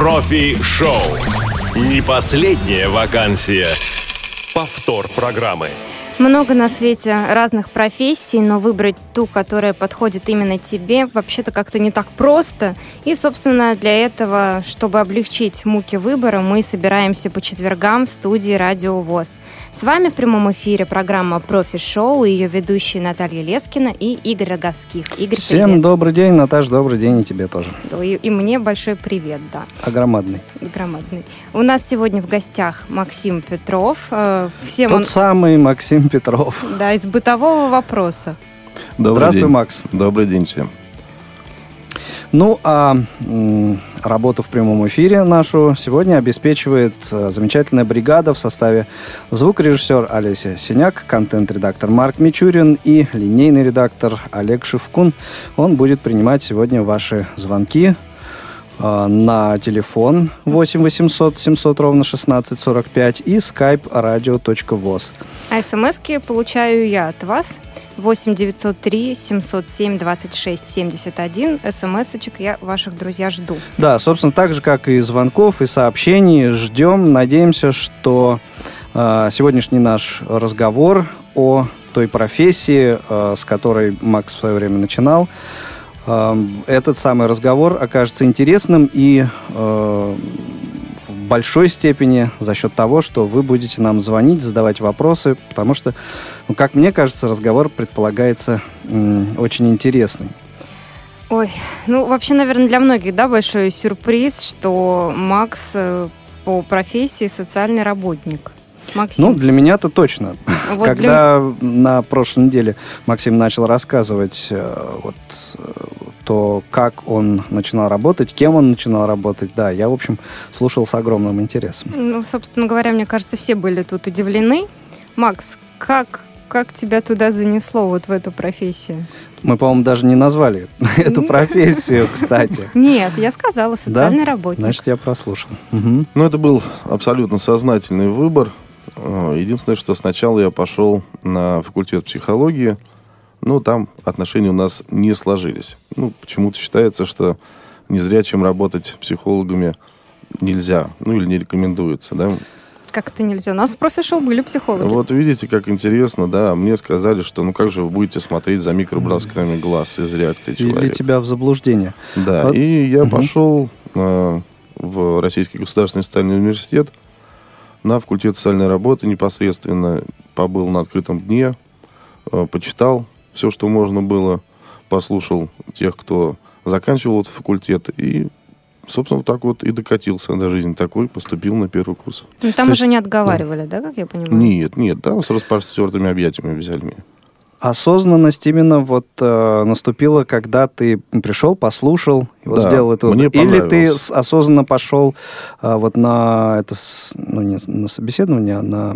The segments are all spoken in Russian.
Профи-шоу. Не последняя вакансия. Повтор программы. Много на свете разных профессий, но выбрать ту, которая подходит именно тебе, вообще-то как-то не так просто. И, собственно, для этого, чтобы облегчить муки выбора, мы собираемся по четвергам в студии Радио ВОС. С вами в прямом эфире программа «Профи-шоу» и ее ведущие Наталья Лескина и Игорь Роговских. Игорь, всем привет. Добрый день, Наташ, добрый день и тебе тоже. И мне большой привет, да. Огромадный. Громадный. У нас сегодня в гостях Максим Петров. Самый Максим Петров. Да, из бытового вопроса. Здравствуй, Макс. Добрый день всем. Ну, а работу в прямом эфире нашу сегодня обеспечивает замечательная бригада в составе звукорежиссер Олеся Синяк, контент-редактор Марк Мичурин и линейный редактор Олег Шевкун. Он будет принимать сегодня ваши звонки на телефон 8 800 700 ровно 16 45 и skype radio.voz. А смс-ки получаю я от вас. 8 903 707 26 71. СМС-очек я ваших, друзья, жду. Да, собственно, так же, как и звонков, и сообщений, ждем. Надеемся, что сегодняшний наш разговор о той профессии, с которой Макс в свое время начинал, этот самый разговор окажется интересным и в большой степени за счет того, что вы будете нам звонить, задавать вопросы, потому что, как мне кажется, разговор предполагается очень интересный. Ой, вообще, наверное, для многих, да, большой сюрприз, что Макс по профессии социальный работник. Максим. Для меня-то точно. Когда на прошлой неделе Максим начал рассказывать то, как он начинал работать, кем он начинал работать, да, я, в общем, слушал с огромным интересом. Собственно говоря, мне кажется, все были тут удивлены. Макс, как тебя туда занесло, в эту профессию? Мы, по-моему, даже не назвали эту профессию, кстати. Нет, я сказала, социальный работник. Значит, я прослушал. Это был абсолютно сознательный выбор. Единственное, что сначала я пошел на факультет психологии, но там отношения у нас не сложились. Почему-то считается, что незрячим работать психологами нельзя, или не рекомендуется, да? Как это нельзя? У нас в профи-шоу были психологи. Видите, как интересно, да, мне сказали, что как же вы будете смотреть за микробросками глаз из реакции человека. Или тебя в заблуждение. Да, и я пошел в Российский государственный социальный университет на факультет социальной работы, непосредственно побыл на открытом дне, почитал все, что можно было, послушал тех, кто заканчивал этот факультет, и, собственно, так и докатился до жизни такой, поступил на первый курс. Там уже не отговаривали, да, как я понимаю? Нет, там с распростертыми объятиями взяли меня. Осознанность именно наступила, когда ты пришел, послушал, сделал это. Или ты осознанно пошел на это, не на собеседование, а на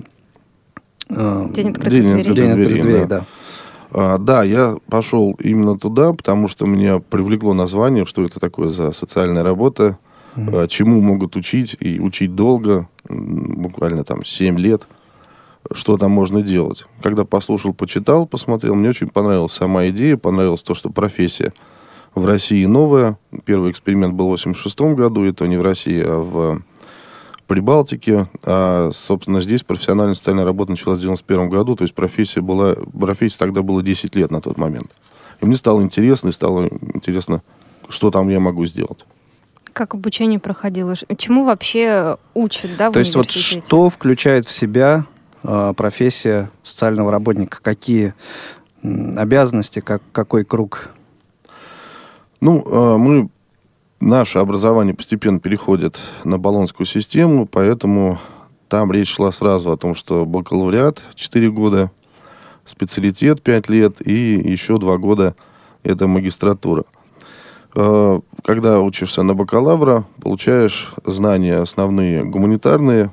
День открытых дверей. Да. Да, я пошел именно туда, потому что меня привлекло название, что это такое за социальная работа, чему могут учить, и учить долго, буквально 7 лет, что там можно делать. Когда послушал, почитал, посмотрел, мне очень понравилась сама идея, понравилось то, что профессия в России новая. Первый эксперимент был в 1986 году, это не в России, а в Прибалтике. А, собственно, здесь профессиональная социальная работа началась в 1991 году, то есть профессии тогда было 10 лет на тот момент. И мне стало интересно, что там я могу сделать. Как обучение проходило? Чему вообще учат, да, в университете? То есть что включает в себя профессия социального работника? Какие обязанности, какой круг? Наше образование постепенно переходит на болонскую систему, поэтому там речь шла сразу о том, что бакалавриат 4 года, специалитет 5 лет и еще 2 года это магистратура. Когда учишься на бакалавра, получаешь знания основные гуманитарные,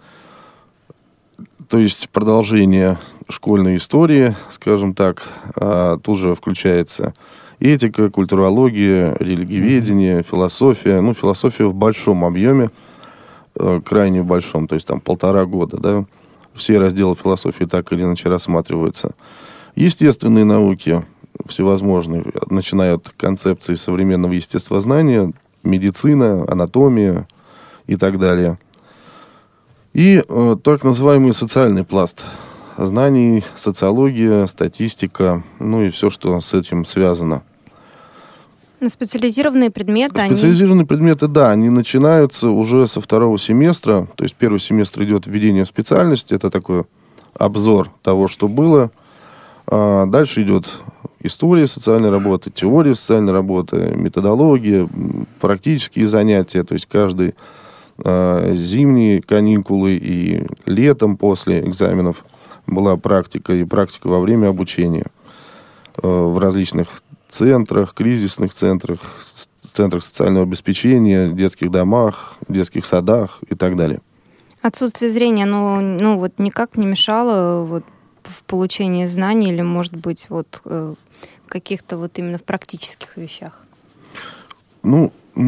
то есть продолжение школьной истории, скажем так, тут же включается этика, культурология, религиоведение, философия. Философия в большом объеме, крайне большом, то есть 1,5 года, да. Все разделы философии так или иначе рассматриваются. Естественные науки всевозможные, начиная от концепции современного естествознания, медицина, анатомия, и так далее. И так называемый социальный пласт знаний, социология, статистика, ну и все, что с этим связано. Специализированные предметы, Специализированные предметы, да, они начинаются уже со второго семестра. То есть первый семестр идет введение в специальность. Это такой обзор того, что было. А дальше идет история социальной работы, теория социальной работы, методология, практические занятия. То есть каждый зимние каникулы и летом после экзаменов была практика, и практика во время обучения в различных центрах, кризисных центрах, центрах социального обеспечения, детских домах, детских садах и так далее. Отсутствие зрения, ну вот никак не мешало вот в получении знаний или, может быть, вот каких-то вот именно в практических вещах? Ну,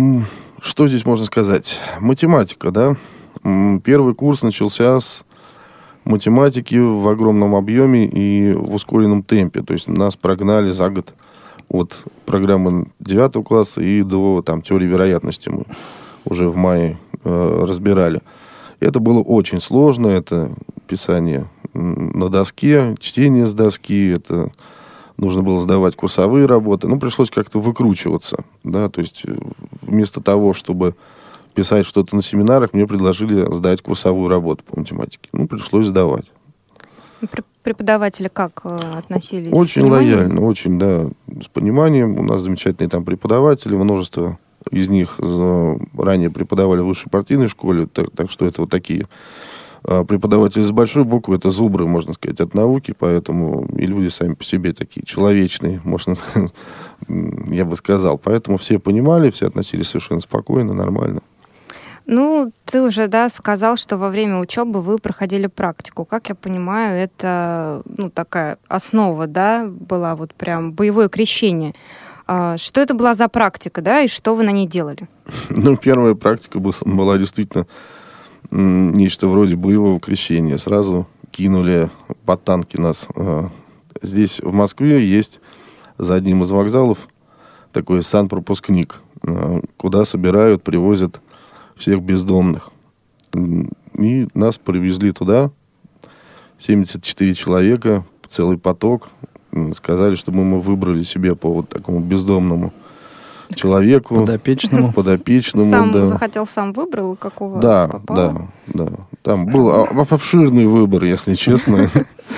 что здесь можно сказать? Математика, да? Первый курс начался с математики в огромном объеме и в ускоренном темпе. То есть нас прогнали за год от программы 9 класса и до теории вероятности мы уже в мае разбирали. Это было очень сложно. Это писание на доске, чтение с доски. Это нужно было сдавать курсовые работы. Ну, пришлось как-то выкручиваться. Да? То есть вместо того, чтобы писать что-то на семинарах, мне предложили сдать курсовую работу по математике. Ну, пришлось сдавать. Преподаватели как относились? Очень лояльно, очень, да, с пониманием. У нас замечательные там преподаватели, множество из них ранее преподавали в высшей партийной школе, так что это вот такие преподаватели с большой буквы, это зубры, можно сказать, от науки, поэтому и люди сами по себе такие человечные, можно сказать, я бы сказал. Поэтому все понимали, все относились совершенно спокойно, нормально. Ну, ты уже, да, сказал, что во время учебы вы проходили практику. Как я понимаю, это, такая основа, да, была вот прям боевое крещение. Что это была за практика, да, и что вы на ней делали? Ну, первая практика была действительно нечто вроде боевого крещения. Сразу кинули под танки нас. Здесь, в Москве, есть за одним из вокзалов такой санпропускник, куда собирают, привозят всех бездомных. И нас привезли туда, 74 человека, целый поток. Сказали, чтобы мы выбрали себе по вот такому бездомному человеку. Подопечному. Захотел, сам выбрал, какого попало? Да. Там был обширный выбор, если честно.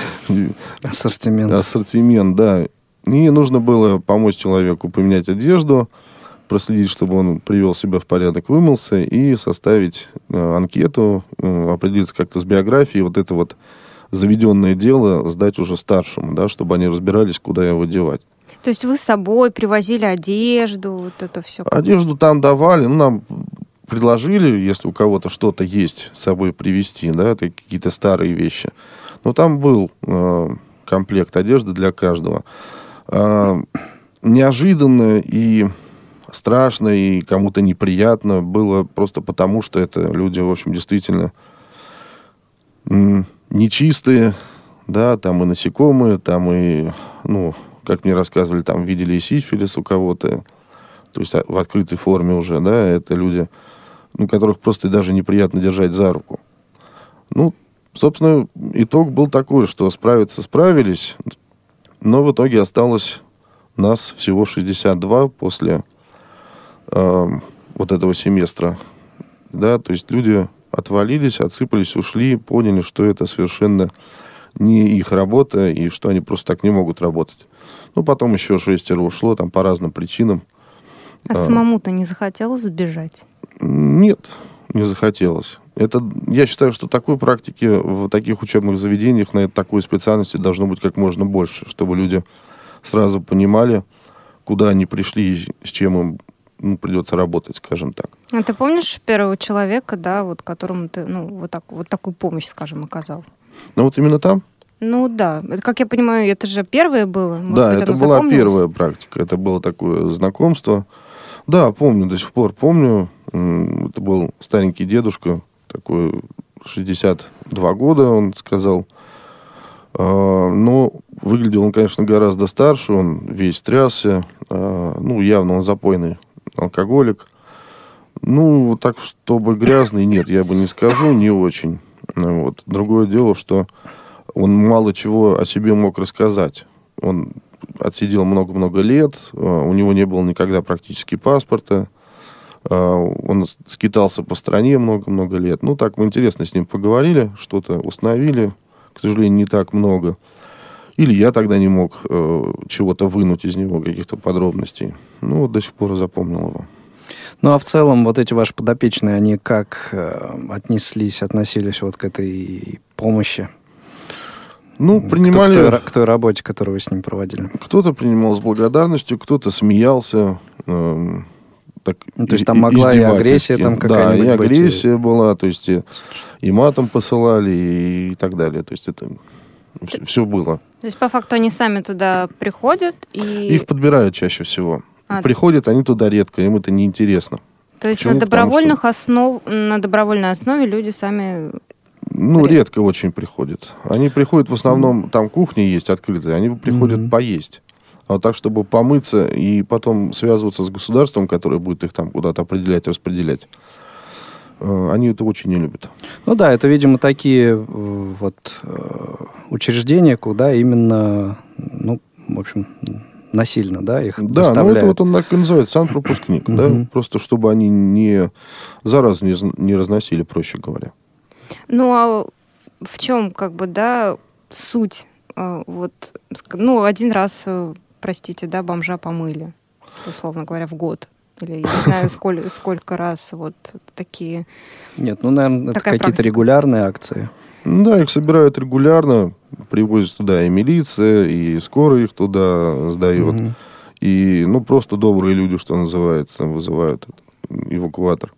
Ассортимент, да. И нужно было помочь человеку поменять одежду, проследить, чтобы он привел себя в порядок, вымылся, и составить анкету, определиться как-то с биографией, вот это вот заведенное дело сдать уже старшему, да, чтобы они разбирались, куда его девать. То есть вы с собой привозили одежду, вот это все? Одежду там давали, нам предложили, если у кого-то что-то есть с собой привезти, да, это какие-то старые вещи. Но там был комплект одежды для каждого. Неожиданно и страшно, и кому-то неприятно было просто потому, что это люди, в общем, действительно нечистые, да, там и насекомые, там и, как мне рассказывали, там видели и сифилис у кого-то, то есть в открытой форме уже, да, это люди, которых просто даже неприятно держать за руку. Собственно, итог был такой, что справились, но в итоге осталось нас всего 62 после вот этого семестра, да, то есть люди отвалились, отсыпались, ушли, поняли, что это совершенно не их работа и что они просто так не могут работать. Потом еще 6 ушло, там по разным причинам. А самому-то не захотелось сбежать? Нет, не захотелось. Я считаю, что такой практики в таких учебных заведениях на такой специальности должно быть как можно больше, чтобы люди сразу понимали, куда они пришли, с чем им придется работать, скажем так. А ты помнишь первого человека, да, вот которому ты, вот такую помощь, скажем, оказал? Именно там? Да. Это, как я понимаю, это же первое было? Может быть, это была первая практика. Это было такое знакомство. Да, помню, до сих пор помню. Это был старенький дедушка, такой 62 года, он сказал. Но выглядел он, конечно, гораздо старше. Он весь трясся. Явно он запойный алкоголик. Ну, так, чтобы грязный, нет, я бы не скажу, не очень. Вот. Другое дело, что он мало чего о себе мог рассказать. Он отсидел много-много лет, у него не было никогда практически паспорта, он скитался по стране много-много лет. Ну, так мы интересно с ним поговорили, что-то установили, к сожалению, не так много. Или я тогда не мог чего-то вынуть из него, каких-то подробностей. Ну, вот до сих пор запомнил его. Ну, а в целом, вот эти ваши подопечные, они как относились вот к этой помощи? Ну, принимали... К той работе, которую вы с ним проводили? Кто-то принимал с благодарностью, кто-то смеялся. Так, ну, то есть там могла и агрессия там какая-нибудь быть? Да, и быть. агрессия была, то есть и матом посылали, и так далее. То есть это все было. То есть по факту они сами туда приходят и... Их подбирают чаще всего. Приходят они туда редко, им это неинтересно. То есть почему? на добровольной основе люди сами... Ну, редко очень приходят. Они приходят в основном, там кухня есть открытая, они приходят поесть. А вот так, чтобы помыться и потом связываться с государством, которое будет их там куда-то определять, распределять, они это очень не любят. Ну да, это, видимо, такие вот учреждения, куда именно, ну, в общем, насильно, да, их доставляют. Да, ну это вот он так и называется, санпропускник, да, просто чтобы они не заразу не разносили, проще говоря. Ну, а в чем, как бы, да, суть? Вот, ну, один раз, простите, да, бомжа помыли, условно говоря, в год. Или я не знаю, сколько раз вот такие... Нет, ну, наверное, это какие-то регулярные акции. Да, их собирают регулярно, привозят туда и милиция, и скорая их туда сдает. И, ну, просто добрые люди, что называется, вызывают эвакуатор.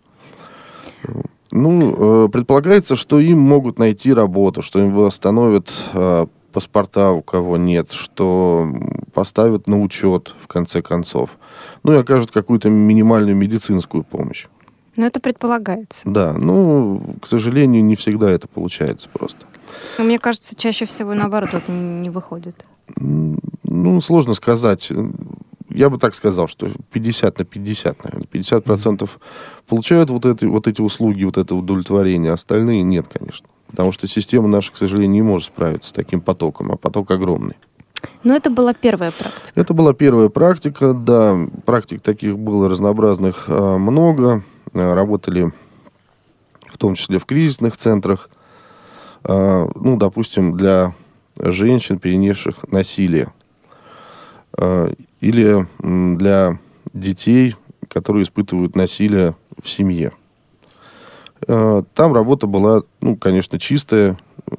Ну, предполагается, что им могут найти работу, что им восстановят паспорта, у кого нет, что поставят на учет, в конце концов. Ну, и окажут какую-то минимальную медицинскую помощь. Но это предполагается. Да, ну, к сожалению, не всегда это получается просто. Но мне кажется, чаще всего, наоборот, это не выходит. Ну, сложно сказать. Я бы так сказал, что 50 на 50, наверное. 50% получают вот эти услуги, вот это удовлетворение, остальные нет, конечно. Потому что система наша, к сожалению, не может справиться с таким потоком, а поток огромный. Но это была первая практика. Это была первая практика, да. Практик таких было разнообразных много. Работали в том числе в кризисных центрах. Ну, допустим, для женщин, перенесших насилие. Или для детей, которые испытывают насилие в семье. Там работа была, ну, конечно, чистая.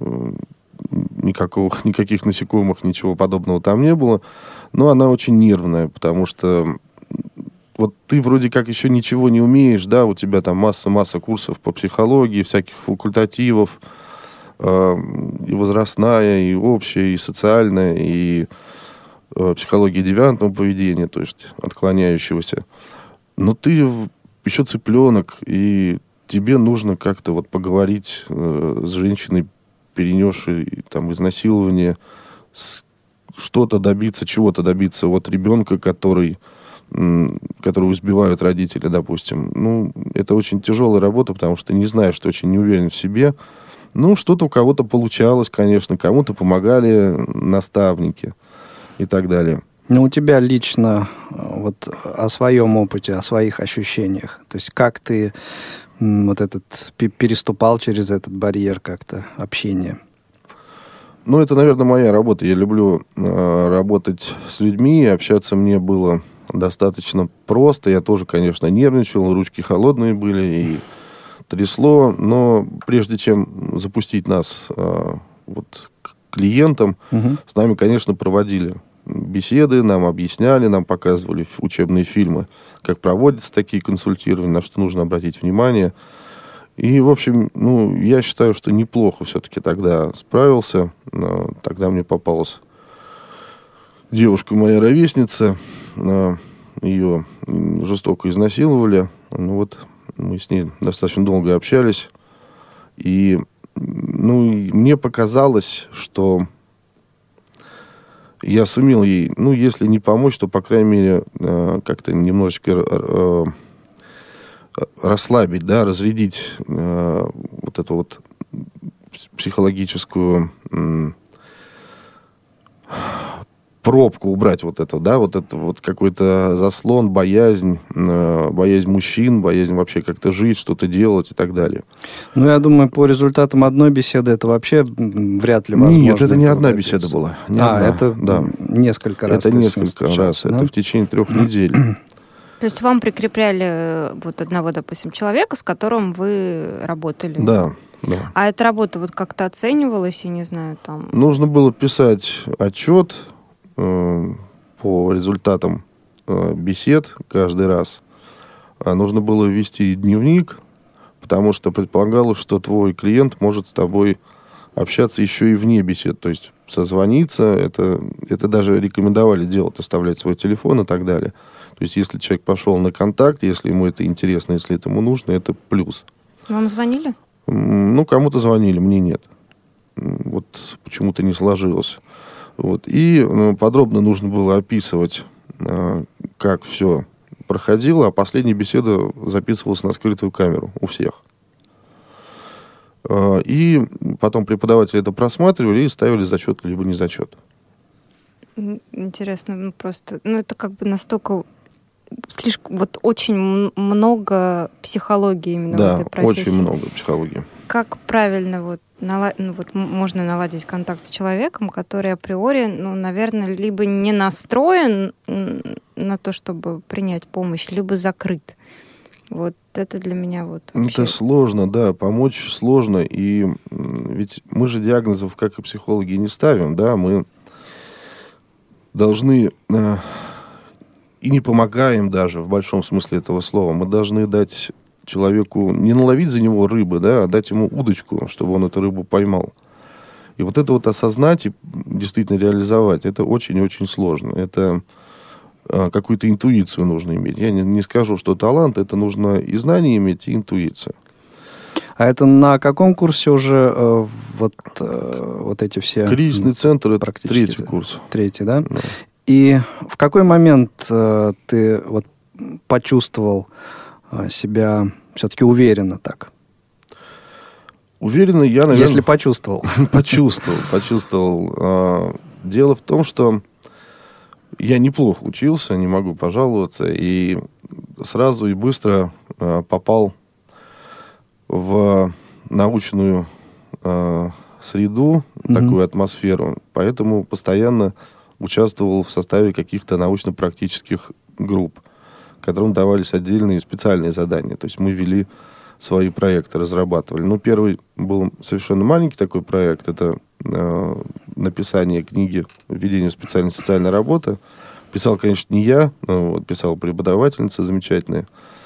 Никаких насекомых, ничего подобного там не было. Но она очень нервная, потому что вот ты вроде как еще ничего не умеешь, да, у тебя там масса курсов по психологии, всяких факультативов, и возрастная, и общая, и социальная, и психология девиантного поведения, то есть отклоняющегося. Но ты еще цыпленок, и тебе нужно как-то вот поговорить с женщиной, перенесшей там изнасилование, что-то добиться, чего-то добиться от ребенка, которого избивают родители, допустим. Ну, это очень тяжелая работа, потому что ты не знаешь, ты очень не уверен в себе. Ну, что-то у кого-то получалось, конечно, кому-то помогали наставники и так далее. Ну, у тебя лично вот о своем опыте, о своих ощущениях. То есть как ты вот этот переступал через этот барьер как-то общения? Ну, это, наверное, моя работа. Я люблю работать с людьми, общаться мне было достаточно просто. Я тоже, конечно, нервничал, ручки холодные были и трясло. Но прежде чем запустить нас вот к клиентам, с нами, конечно, проводили беседы, нам объясняли, нам показывали учебные фильмы, как проводятся такие консультирования, на что нужно обратить внимание. И, в общем, ну, я считаю, что неплохо все-таки тогда справился. Тогда мне попалась девушка, моя ровесница. Ее жестоко изнасиловали. Ну, вот мы с ней достаточно долго общались. И, ну, мне показалось, что я сумел ей, ну, если не помочь, то, по крайней мере, как-то немножечко расслабить, да, разрядить вот эту вот психологическую пробку убрать вот это, да, вот это вот какой-то заслон, боязнь мужчин, боязнь вообще как-то жить, что-то делать и так далее. Ну, я думаю, по результатам одной беседы это вообще вряд ли возможно. Нет, это не одна беседа была. Это несколько раз. Это несколько раз, да? Это в течение 3 недель. То есть вам прикрепляли вот одного, допустим, человека, с которым вы работали? Да. А эта работа вот как-то оценивалась, я не знаю, там... Нужно было писать отчет по результатам бесед каждый раз. Нужно было вести дневник, потому что предполагалось, что твой клиент может с тобой общаться еще и вне бесед. То есть созвониться, это даже рекомендовали делать, оставлять свой телефон и так далее. То есть если человек пошел на контакт, если ему это интересно, если это ему нужно, это плюс. Вам звонили? Ну, кому-то звонили, мне нет. Вот почему-то не сложилось. Вот. И подробно нужно было описывать, как все проходило, а последняя беседа записывалась на скрытую камеру у всех. И потом преподаватели это просматривали и ставили зачет либо не зачет. Интересно, просто, это как бы настолько слишком, вот очень много психологии именно в этой профессии. Да, очень много психологии. Как правильно можно наладить контакт с человеком, который априори, наверное, либо не настроен на то, чтобы принять помощь, либо закрыт. Вот это для меня вообще... Это сложно, да, помочь сложно. И ведь мы же диагнозов, как и психологи, не ставим, да, мы должны... И не помогаем даже, в большом смысле этого слова. Мы должны дать человеку, не наловить за него рыбы, да, а дать ему удочку, чтобы он эту рыбу поймал. И вот это вот осознать и действительно реализовать, это очень-очень сложно. Это какую-то интуицию нужно иметь. Я не скажу, что талант, это нужно и знания иметь, и интуицию. А это на каком курсе уже вот эти все... Кризисный центр, это 3-й курс. 3-й, да? Да. И в какой момент ты вот почувствовал себя все-таки уверенно так? Уверенно я, наверное... Если почувствовал. Почувствовал. Дело в том, что я неплохо учился, не могу пожаловаться, и сразу и быстро попал в научную среду, такую атмосферу, поэтому постоянно участвовал в составе каких-то научно-практических групп, которым давались отдельные специальные задания. То есть мы вели свои проекты, разрабатывали. Первый был совершенно маленький такой проект. Это написание книги «Введение в специальной социальной работы». Писал, конечно, не я, писала преподавательница замечательная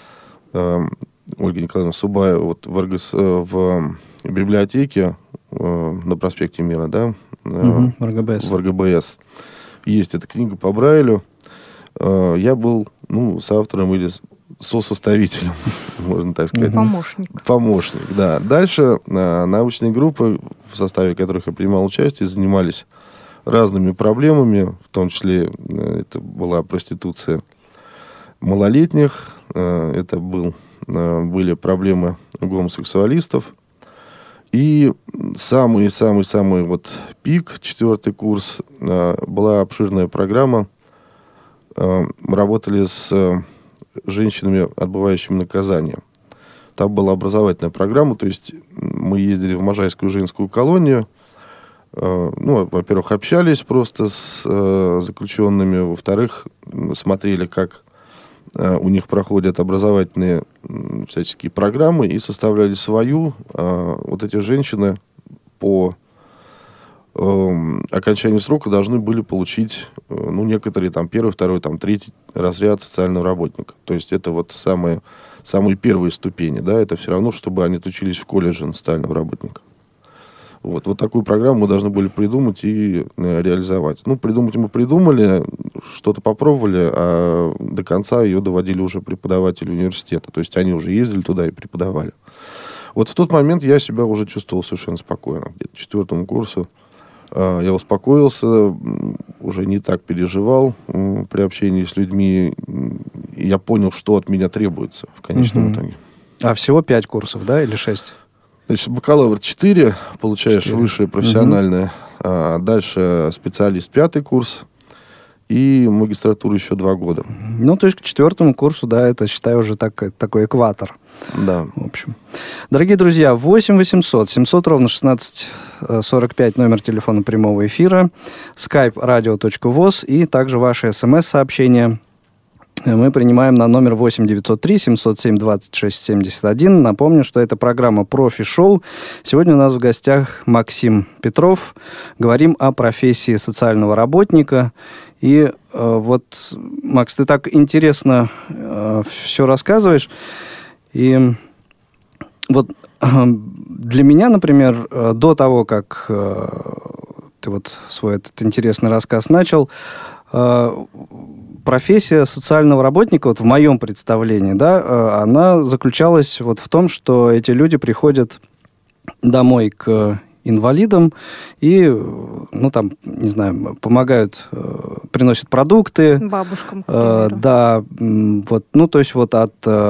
Ольга Николаевна Субаева в библиотеке на проспекте Мира, да? В РГБС. В РГБС. Есть эта книга по Брайлю. Я был, соавтором или сосоставителем, можно так сказать. Помощник, да. Дальше научные группы, в составе которых я принимал участие, занимались разными проблемами, в том числе это была проституция малолетних, это были проблемы гомосексуалистов. И самый-самый-самый пик, 4-й курс, была обширная программа. Мы работали с женщинами, отбывающими наказание. Там была образовательная программа, то есть мы ездили в Можайскую женскую колонию. Во-первых, общались просто с заключенными, во-вторых, смотрели, как у них проходят образовательные всяческие программы и составляли свою. Вот эти женщины по окончанию срока должны были получить, некоторые первый, второй, третий разряд социального работника. То есть это самые первые ступени, да, это все равно, чтобы они отучились в колледже на социального работника. Вот такую программу мы должны были придумать и реализовать. Придумать мы придумали, что-то попробовали, а до конца ее доводили уже преподаватели университета. То есть они уже ездили туда и преподавали. Вот в тот момент я себя уже чувствовал совершенно спокойно. Где-то к 4-му курсу Я успокоился, уже не так переживал при общении с людьми. И я понял, что от меня требуется в конечном итоге. А всего 5 курсов, да, или 6? Значит, бакалавр 4, получаешь высшее профессиональное. А дальше специалист 5 курс. И магистратура еще 2 года. Ну, то есть к 4 курсу, да, это, считаю, уже такой экватор. Да. В общем. Дорогие друзья, 8 800 700 ровно 1645 номер телефона прямого эфира, skype radio.voz и также ваши смс-сообщения мы принимаем на номер 8 903 707 26 71. Напомню, что это программа «Профи-шоу». Сегодня у нас в гостях Максим Петров. Говорим о профессии социального работника. И вот, Макс, ты так интересно все рассказываешь. И вот для меня, например, до того, как ты вот свой этот интересный рассказ начал, профессия социального работника, вот в моем представлении, да, она заключалась вот в том, что эти люди приходят домой к инвалидам и, ну, там, не знаю, помогают, приносят продукты. Бабушкам, к примеру. Да, вот, ну, то есть вот от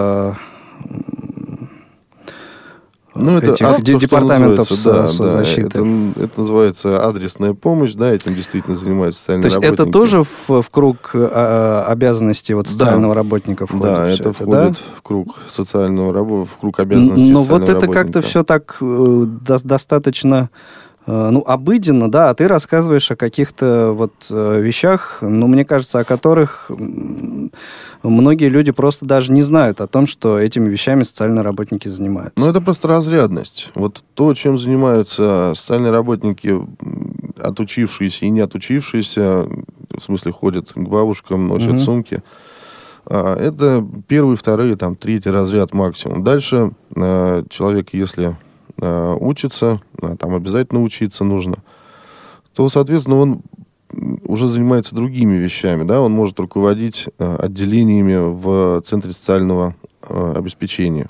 этих департаментов соцзащиты. Это называется адресная помощь, да, этим действительно занимаются социальные работники. То есть это тоже в круг обязанностей вот социального работника входит? Да, это входит в круг социального работника, в круг обязанностей социального работника. Но вот это как-то все так достаточно... обыденно, да, а ты рассказываешь о каких-то вот вещах, ну, мне кажется, о которых многие люди просто даже не знают о том, что этими вещами социальные работники занимаются. Ну, это просто разрядность. Вот то, чем занимаются социальные работники, отучившиеся и не отучившиеся, в смысле, ходят к бабушкам, носят сумки, это первый, второй, там, третий разряд максимум. Дальше человек, если учится, там обязательно учиться нужно, то, соответственно, он уже занимается другими вещами, да, он может руководить отделениями в Центре социального обеспечения,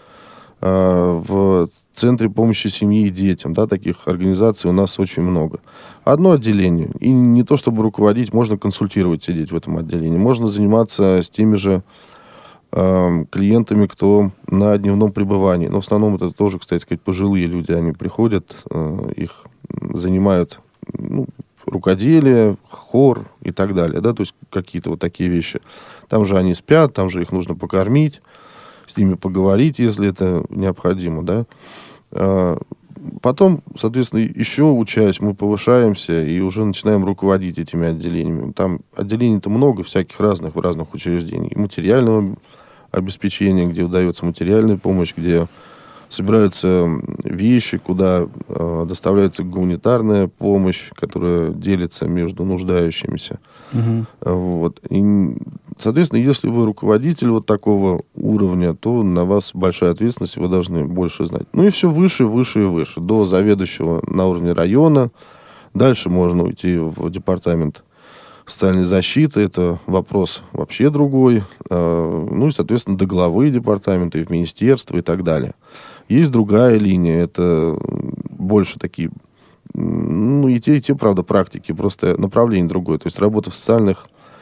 в Центре помощи семье и детям, да, таких организаций у нас очень много. Одно отделение, и не то чтобы руководить, можно консультировать, сидеть в этом отделении, можно заниматься с теми же клиентами, кто на дневном пребывании. Но в основном это тоже, кстати сказать, пожилые люди. Они приходят, их занимают рукоделие, хор и так далее. Да? То есть какие-то вот такие вещи. Там же они спят, там же их нужно покормить, с ними поговорить, если это необходимо. Да? Потом, соответственно, еще учась, мы повышаемся и уже начинаем руководить этими отделениями. Там отделений-то много всяких разных в разных учреждениях. Материального обеспечения, где выдается материальная помощь, где собираются вещи, куда доставляется гуманитарная помощь, которая делится между нуждающимися. Вот. И, соответственно, если вы руководитель вот такого уровня, то на вас большая ответственность, вы должны больше знать. Ну и все выше, выше и выше. До заведующего на уровне района. Дальше можно уйти в департамент социальной защиты. Это вопрос вообще другой. Ну и, соответственно, до главы департамента и в министерство и так далее. Есть другая линия. Это больше такие... Ну, и те, правда, практики. Просто направление другое. То есть работа в социальных...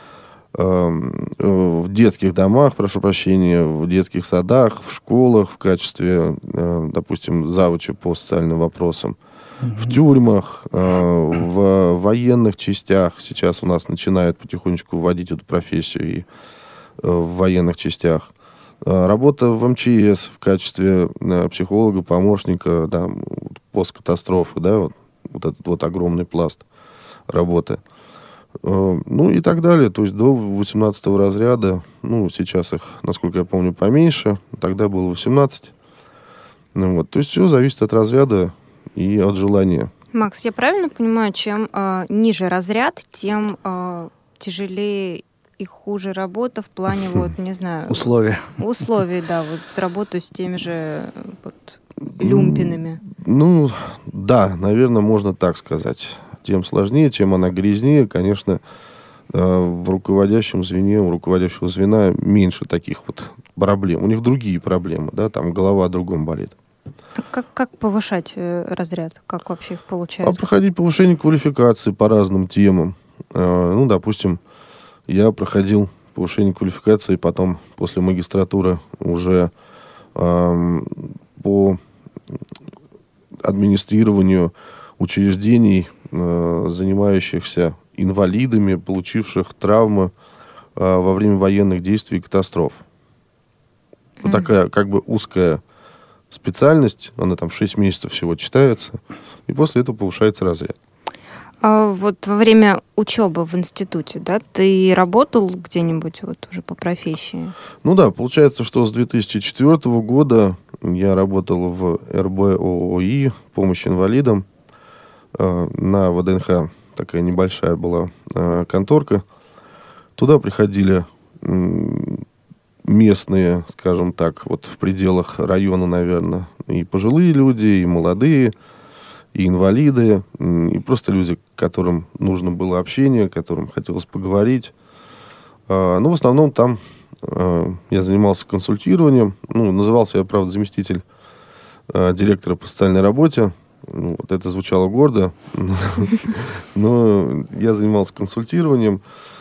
в детских домах, прошу прощения, в детских садах, в школах в качестве, допустим, завуча по социальным вопросам, в тюрьмах, в военных частях. Сейчас у нас начинают потихонечку вводить эту профессию и в военных частях. Работа в МЧС в качестве психолога, помощника, да, посткатастрофы, да, вот этот вот огромный пласт работы. Ну и так далее. То есть до 18 разряда, ну, сейчас их, насколько я помню, поменьше. Тогда было 18. Ну, вот. То есть все зависит от разряда и от желания. Макс, я правильно понимаю, чем ниже разряд, тем тяжелее и хуже работа в плане, вот, не знаю... Условия, да, вот работу с теми же вот, люмпинами. Ну, да, наверное, можно так сказать. Тем сложнее, чем она грязнее, конечно, в руководящем звене, у руководящего звена меньше таких вот проблем. У них другие проблемы, да, там голова о другом болит. Как повышать разряд? Как вообще их получается? Проходить повышение квалификации по разным темам. Допустим, я проходил повышение квалификации, потом после магистратуры уже по администрированию учреждений, занимающихся инвалидами, получивших травмы во время военных действий и катастроф. Вот такая как бы узкая специальность, она там 6 месяцев всего читается, и после этого повышается разряд. А вот во время учебы в институте, да, ты работал где-нибудь вот уже по профессии? Получается, что с 2004 года я работал в РБ-ООИ «Помощь инвалидам». На ВДНХ такая небольшая была конторка. Туда приходили местные, скажем так, вот в пределах района, наверное, и пожилые люди, и молодые, и инвалиды, и просто люди, которым нужно было общение, которым хотелось поговорить. В основном там я занимался консультированием. Назывался я, правда, заместитель директора по социальной работе. Вот это звучало гордо. Но я занимался консультированием.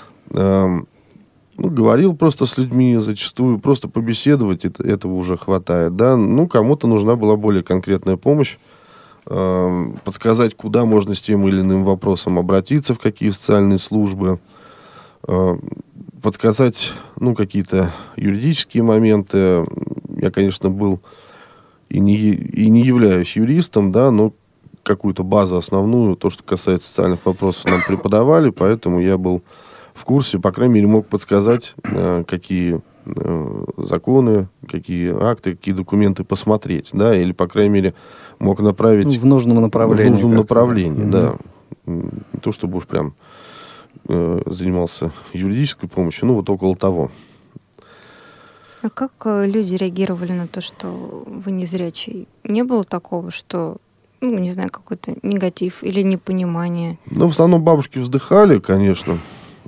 Говорил просто с людьми зачастую, просто побеседовать, этого уже хватает, да. Кому-то нужна была более конкретная помощь, подсказать, куда можно с тем или иным вопросом обратиться, в какие социальные службы, подсказать, какие-то юридические моменты. Я, конечно, был и не являюсь юристом, да, но какую-то базу основную, то, что касается социальных вопросов, нам преподавали, поэтому я был в курсе, по крайней мере, мог подсказать, какие законы, какие акты, какие документы посмотреть, да, или, по крайней мере, мог направить... в нужном направлении. В нужном направлении, да. Не то, чтобы уж прям занимался юридической помощью, вот около того. А как люди реагировали на то, что вы незрячий? Не было такого, что, не знаю, какой-то негатив или непонимание? В основном бабушки вздыхали, конечно.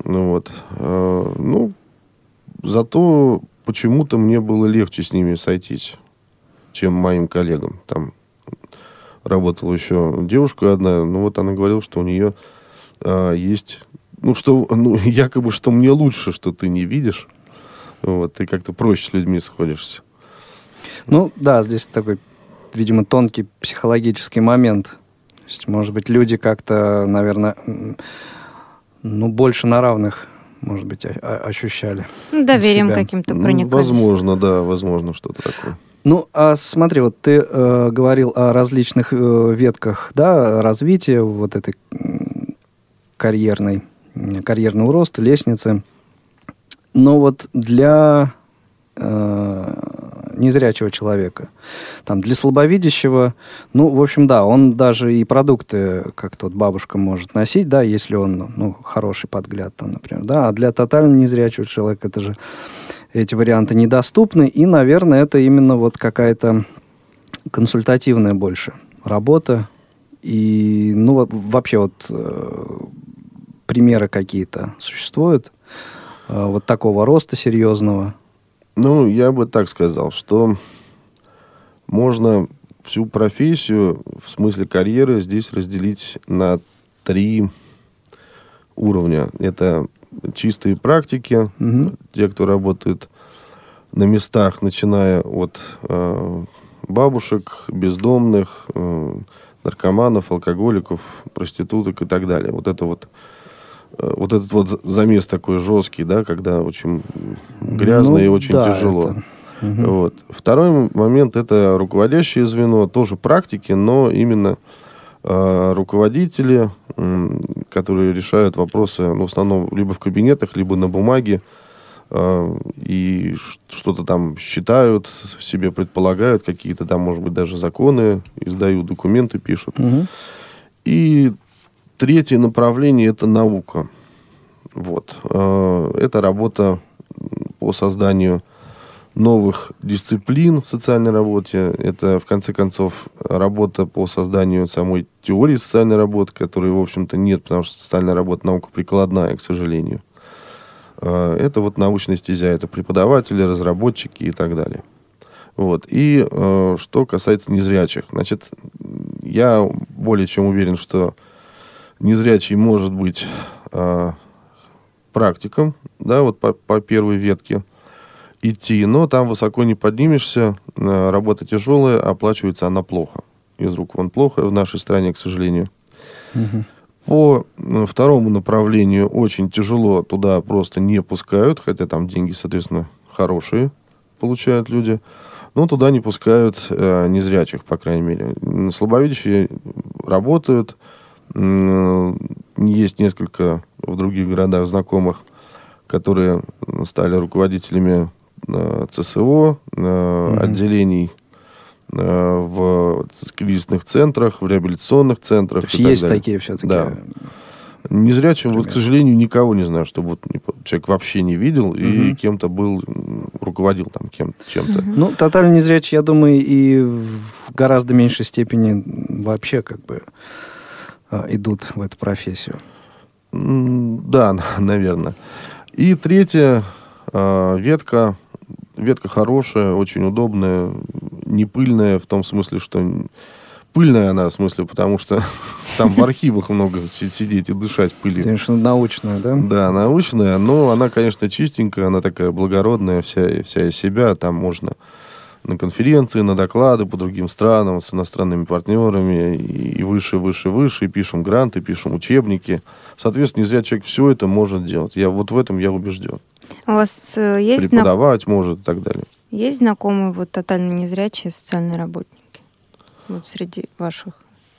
Зато почему-то мне было легче с ними сойтись, чем моим коллегам. Там работала еще девушка одна, она говорила, что у нее есть... якобы, что мне лучше, что ты не видишь. Ты как-то проще с людьми сходишься. Здесь такой, видимо, тонкий психологический момент. То есть, может быть, люди как-то, наверное, больше на равных, может быть, ощущали. Доверием каким-то проникались. Возможно, что-то такое. Смотри, вот ты говорил о различных ветках, да, развития вот этой карьерного роста, лестницы. Но вот для незрячего человека, для слабовидящего, в общем, да, он даже и продукты как-то бабушка может носить, да, если он, хороший подгляд, например, да, а для тотально незрячего человека это же эти варианты недоступны, и, наверное, это именно какая-то консультативная больше работа, и, вообще примеры какие-то существуют такого роста серьезного? Я бы так сказал, что можно всю профессию в смысле карьеры здесь разделить на 3 уровня. Это чистые практики, те, кто работает на местах, начиная от бабушек, бездомных, наркоманов, алкоголиков, проституток и так далее. Этот замес такой жесткий, да, когда очень грязно и очень тяжело. Второй момент — это руководящее звено, тоже практики, но именно руководители, которые решают вопросы, в основном либо в кабинетах, либо на бумаге, и что-то там считают, себе предполагают, какие-то там, может быть, даже законы издают, документы пишут. И третье направление — это наука. Это работа по созданию новых дисциплин в социальной работе. Это, в конце концов, работа по созданию самой теории социальной работы, которой, в общем-то, нет, потому что социальная работа — наука прикладная, к сожалению. Это научная стезя, это преподаватели, разработчики и так далее. Вот. И что касается незрячих. Значит, я более чем уверен, что незрячий может быть практиком, да, вот по первой ветке идти, но там высоко не поднимешься, работа тяжелая, оплачивается она плохо. Из рук вон плохо в нашей стране, к сожалению. Угу. По второму направлению очень тяжело, туда просто не пускают, хотя там деньги, соответственно, хорошие получают люди, но туда не пускают незрячих, по крайней мере. Слабовидящие работают, есть несколько в других городах знакомых, которые стали руководителями ЦСО, отделений в кризисных центрах, в реабилитационных центрах. То есть есть далее. Такие все-таки. Да. Незрячим, вот, к сожалению, никого не знаю, чтобы вот человек вообще не видел и кем-то был, руководил там чем-то. Ну, тотально незрячий, я думаю, и в гораздо меньшей степени вообще как бы идут в эту профессию. Да, наверное. И третья ветка хорошая, очень удобная, не пыльная, в том смысле, что... Пыльная она, в смысле, потому что там в архивах много сидеть и дышать пылью. Конечно, научная, да? Да, научная, но она, конечно, чистенькая, она такая благородная, вся из себя. Там можно на конференции, на доклады по другим странам, с иностранными партнерами, и выше, и пишем гранты, пишем учебники. Соответственно, незрячий человек все это может делать. Вот в этом я убежден. У вас есть преподавать может и так далее. Есть знакомые вот тотально незрячие социальные работники? Вот среди ваших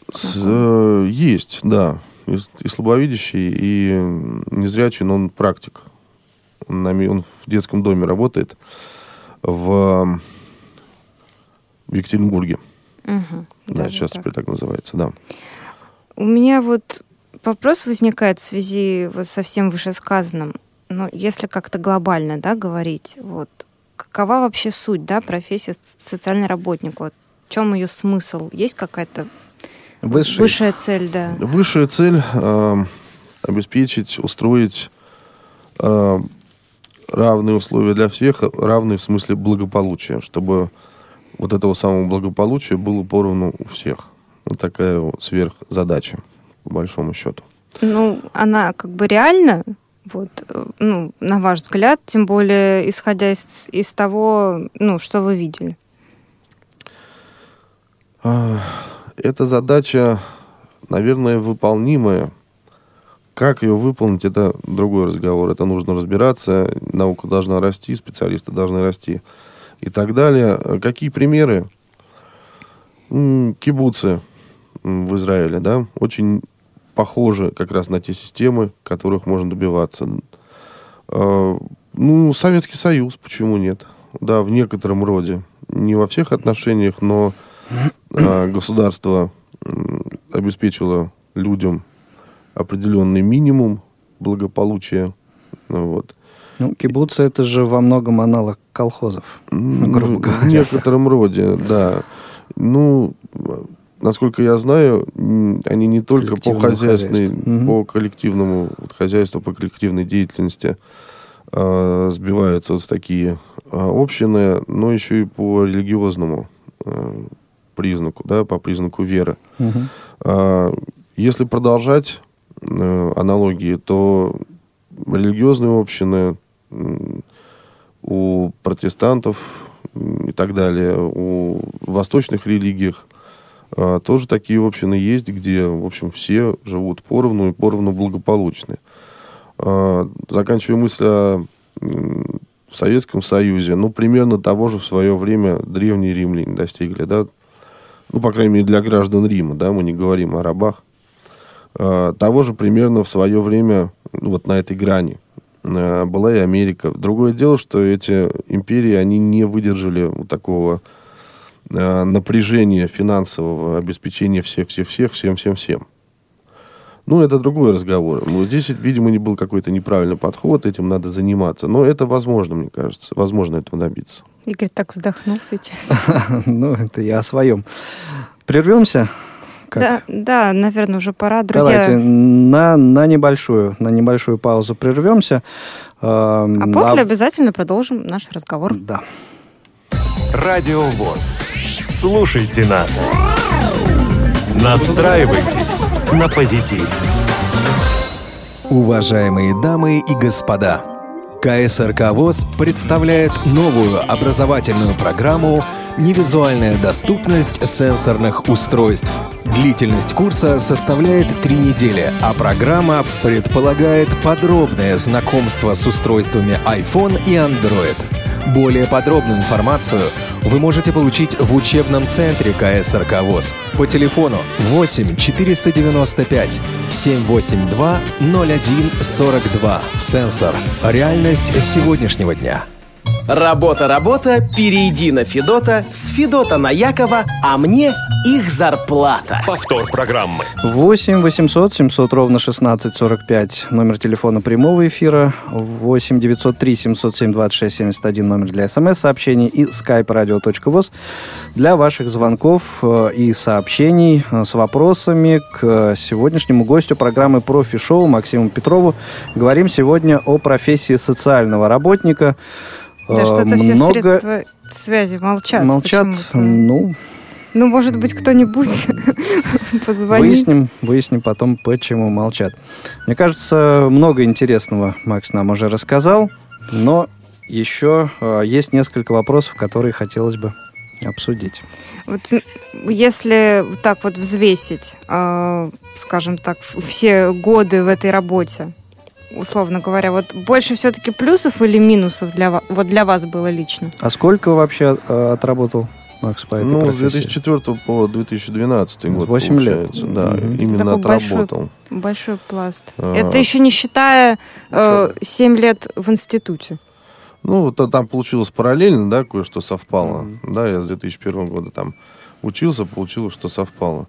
есть, да. И слабовидящий, и незрячий, но он практик. Он в детском доме работает в Екатеринбурге. Да, сейчас теперь так называется, да. У меня вот вопрос возникает в связи вот со всем вышесказанным. Ну, если как-то глобально, да, говорить, вот, какова вообще суть, да, профессии социальный работник? Вот, в чем ее смысл? Есть какая-то высшая цель, да? Высшая цель обеспечить, устроить равные условия для всех, равные в смысле благополучия, чтобы вот этого самого благополучия было поровну у всех. Вот такая вот сверхзадача, по большому счету. Ну, она как бы реальна, вот, ну, на ваш взгляд, тем более исходя из того, ну, что вы видели? Эта задача, наверное, выполнимая. Как ее выполнить, это другой разговор. Это нужно разбираться. Наука должна расти, специалисты должны расти и так далее. Какие примеры? Кибуцы в Израиле, да, очень похожи как раз на те системы, которых можно добиваться. Ну, Советский Союз, почему нет? Да, в некотором роде. Не во всех отношениях, но государство обеспечило людям определенный минимум благополучия. Вот. Ну, кибуцы — это же во многом аналог колхозов, грубо говоря. В некотором роде, да. Ну, насколько я знаю, они не только по коллективному хозяйству, по коллективной деятельности сбиваются вот в такие общины, но еще и по религиозному признаку, да, по признаку веры. Если продолжать аналогии, то религиозные общины у протестантов и так далее, в восточных религиях тоже такие общины есть, где, в общем, все живут поровну и поровну благополучны. Заканчивая мысль о Советском Союзе, ну, примерно того же в свое время древние римляне достигли, да, ну, по крайней мере, для граждан Рима, да, мы не говорим о рабах, того же примерно в свое время, вот на этой грани, была и Америка. Другое дело, что эти империи, они не выдержали вот такого напряжения финансового, обеспечения всем. Ну, это другой разговор. Но здесь, видимо, не был какой-то неправильный подход, этим надо заниматься. Но это возможно, мне кажется. Возможно этого добиться. Игорь так вздохнул сейчас. Ну, это я о своем. Прервемся? Да, наверное, уже пора, друзья. Давайте на небольшую паузу прервемся. А после обязательно продолжим наш разговор. Да. Радио ВОС. Слушайте нас. Настраивайтесь на позитив. Уважаемые дамы и господа, КСРК ВОС представляет новую образовательную программу «Невизуальная доступность сенсорных устройств». Длительность курса составляет 3 недели, а программа предполагает подробное знакомство с устройствами iPhone и Android. Более подробную информацию вы можете получить в учебном центре КСРК ВОС по телефону 8 495 782 0142. Сенсор. Реальность сегодняшнего дня. Работа, перейди на Федота, с Федота на Якова, а мне их зарплата. Повтор программы. 8 800 700 ровно 1645. Номер телефона прямого эфира. 8 903 707 26 71. Номер для смс-сообщений. И skype radio.voz для ваших звонков и сообщений с вопросами к сегодняшнему гостю программы «Профи-шоу» Максиму Петрову. Говорим сегодня о профессии социального работника. Да что-то все средства связи молчат. Молчат, Ну, может быть, кто-нибудь позвонит. Выясним потом, почему молчат. Мне кажется, много интересного Макс нам уже рассказал, но еще есть несколько вопросов, которые хотелось бы обсудить. Вот если так вот взвесить, скажем так, все годы в этой работе, условно говоря, вот больше все-таки плюсов или минусов для вас было лично? А сколько вообще отработал Макс по этой профессии? С 2004 по 2012 год, 8 получается. лет. Да, именно отработал. Большой пласт. Это еще не считая 7 лет в институте. Там получилось параллельно, да, кое-что совпало. Да, я с 2001 года там учился, получилось, что совпало.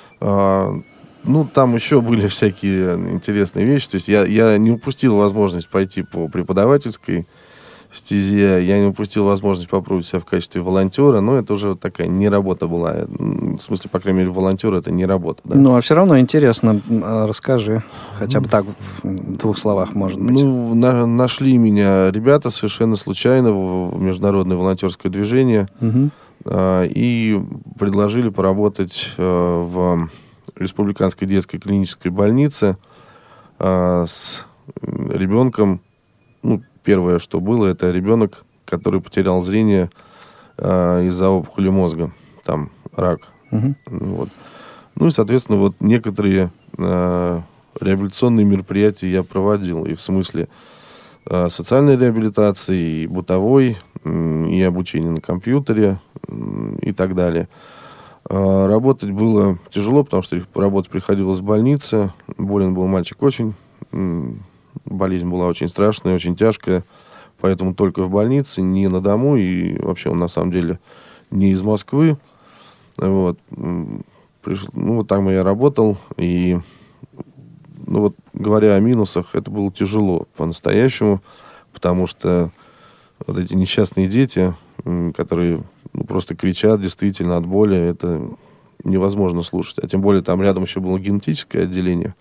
Там еще были всякие интересные вещи. То есть я не упустил возможность пойти по преподавательской стезе, я не упустил возможность попробовать себя в качестве волонтера, но это уже такая не работа была. В смысле, по крайней мере, волонтер — это не работа. Да? А все равно интересно. Расскажи. Хотя бы так, в 2 словах, может быть. Нашли меня ребята совершенно случайно в международное волонтерское движение и предложили поработать в Республиканской детской клинической больнице с ребенком. Первое, что было, это ребенок, который потерял зрение из-за опухоли мозга. Там рак. Вот. И, соответственно, некоторые реабилитационные мероприятия я проводил. И в смысле социальной реабилитации, и бытовой, и обучения на компьютере, и так далее. Работать было тяжело, потому что работать приходилось в больнице. Болен был мальчик очень. Болезнь была очень страшная, очень тяжкая. Поэтому только в больнице, не на дому. И вообще он на самом деле не из Москвы. Вот. Там я работал. И говоря о минусах, это было тяжело по-настоящему. Потому что эти несчастные дети, которые просто кричат действительно от боли, это невозможно слушать. А тем более там рядом еще было генетическое отделение.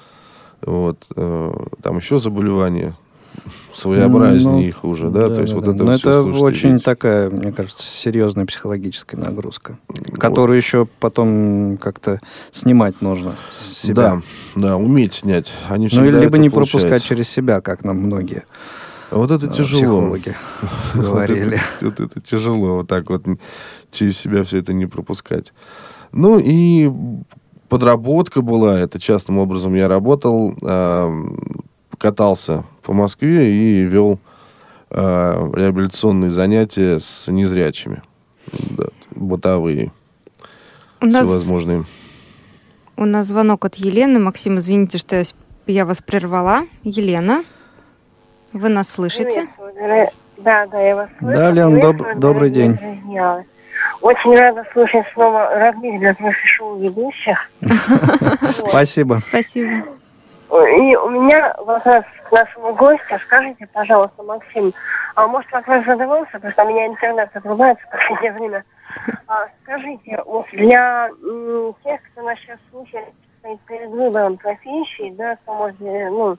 Там еще заболевания своеобразнее их уже, да? То есть это очень такая, мне кажется, серьезная психологическая нагрузка, которую еще потом как-то снимать нужно с себя. Да, уметь снять. Они всегда либо не пропускать через себя, как нам многие. Это тяжело. Психологи говорили. Это тяжело, вот так вот через себя все это не пропускать. И подработка была, это частным образом я работал, катался по Москве и вел реабилитационные занятия с незрячими, бытовые, всевозможные. У нас звонок от Елены. Максим, извините, что я вас прервала. Елена, вы нас слышите? Да, я вас слышу. Да, Лен, добрый день. Очень рада слышать снова разных шоу ведущих. Спасибо. Спасибо. И у меня вопрос к нашему гостю. Скажите, пожалуйста, Максим, может, вопрос задавался, потому что у меня интернет отрубается в последнее время. Скажите, для тех, кто нас сейчас слушает, стоит перед выбором профессии, да, кто может,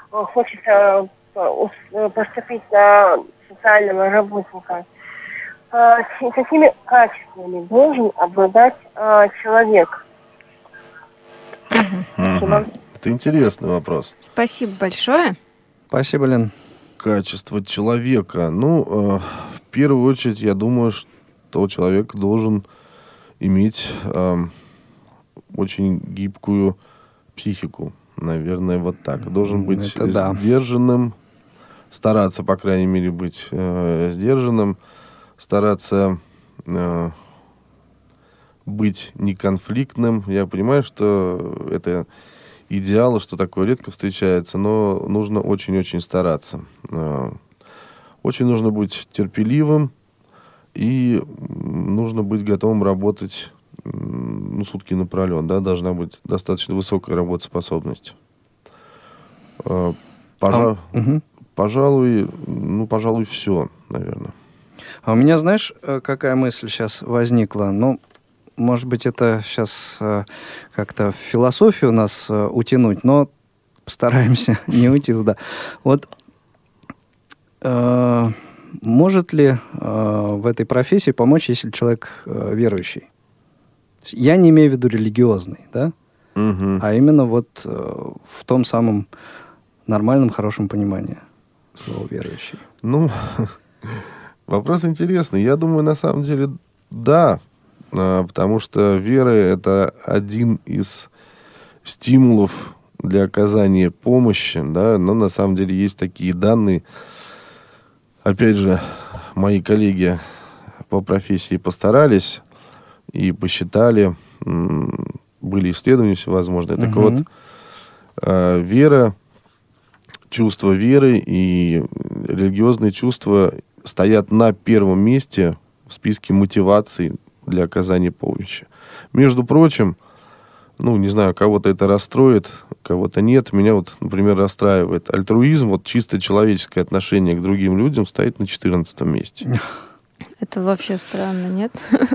хочется поступить на социального работника, какими качествами должен обладать человек? Спасибо. Это интересный вопрос. Спасибо большое. Спасибо, Лен. Качество человека. В первую очередь, я думаю, что человек должен иметь очень гибкую психику. Наверное, вот так. Должен быть сдержанным, стараться, по крайней мере, быть сдержанным, стараться быть неконфликтным. Я понимаю, что это идеалы, что такое редко встречается, но нужно очень-очень стараться. Очень нужно быть терпеливым, и нужно быть готовым работать сутки напролет. Да? Должна быть достаточно высокая работоспособность. Пожалуй, все, наверное. А у меня, знаешь, какая мысль сейчас возникла? Может быть, это сейчас как-то в философию нас утянуть, но постараемся не уйти туда. Вот может ли в этой профессии помочь, если человек верующий? Я не имею в виду религиозный, да? А именно вот в том самом нормальном, хорошем понимании слова верующий. Вопрос интересный. Я думаю, на самом деле, да. Потому что вера — это один из стимулов для оказания помощи, да, но на самом деле есть такие данные. Опять же, мои коллеги по профессии постарались и посчитали, были исследования всевозможные. Так вот, вера, чувство веры и религиозные чувства стоят на первом месте в списке мотиваций для оказания помощи. Между прочим, не знаю, кого-то это расстроит, кого-то нет. Меня например, расстраивает альтруизм, чисто человеческое отношение к другим людям стоит на 14 месте. Это вообще странно, нет?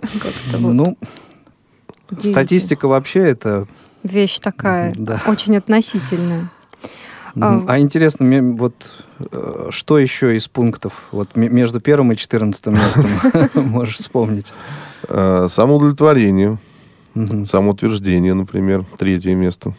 Статистика вообще это... Вещь такая, очень относительная. А интересно, что еще из пунктов между первым и 14 местом можешь вспомнить? Самоудовлетворение, самоутверждение, например, 3 место.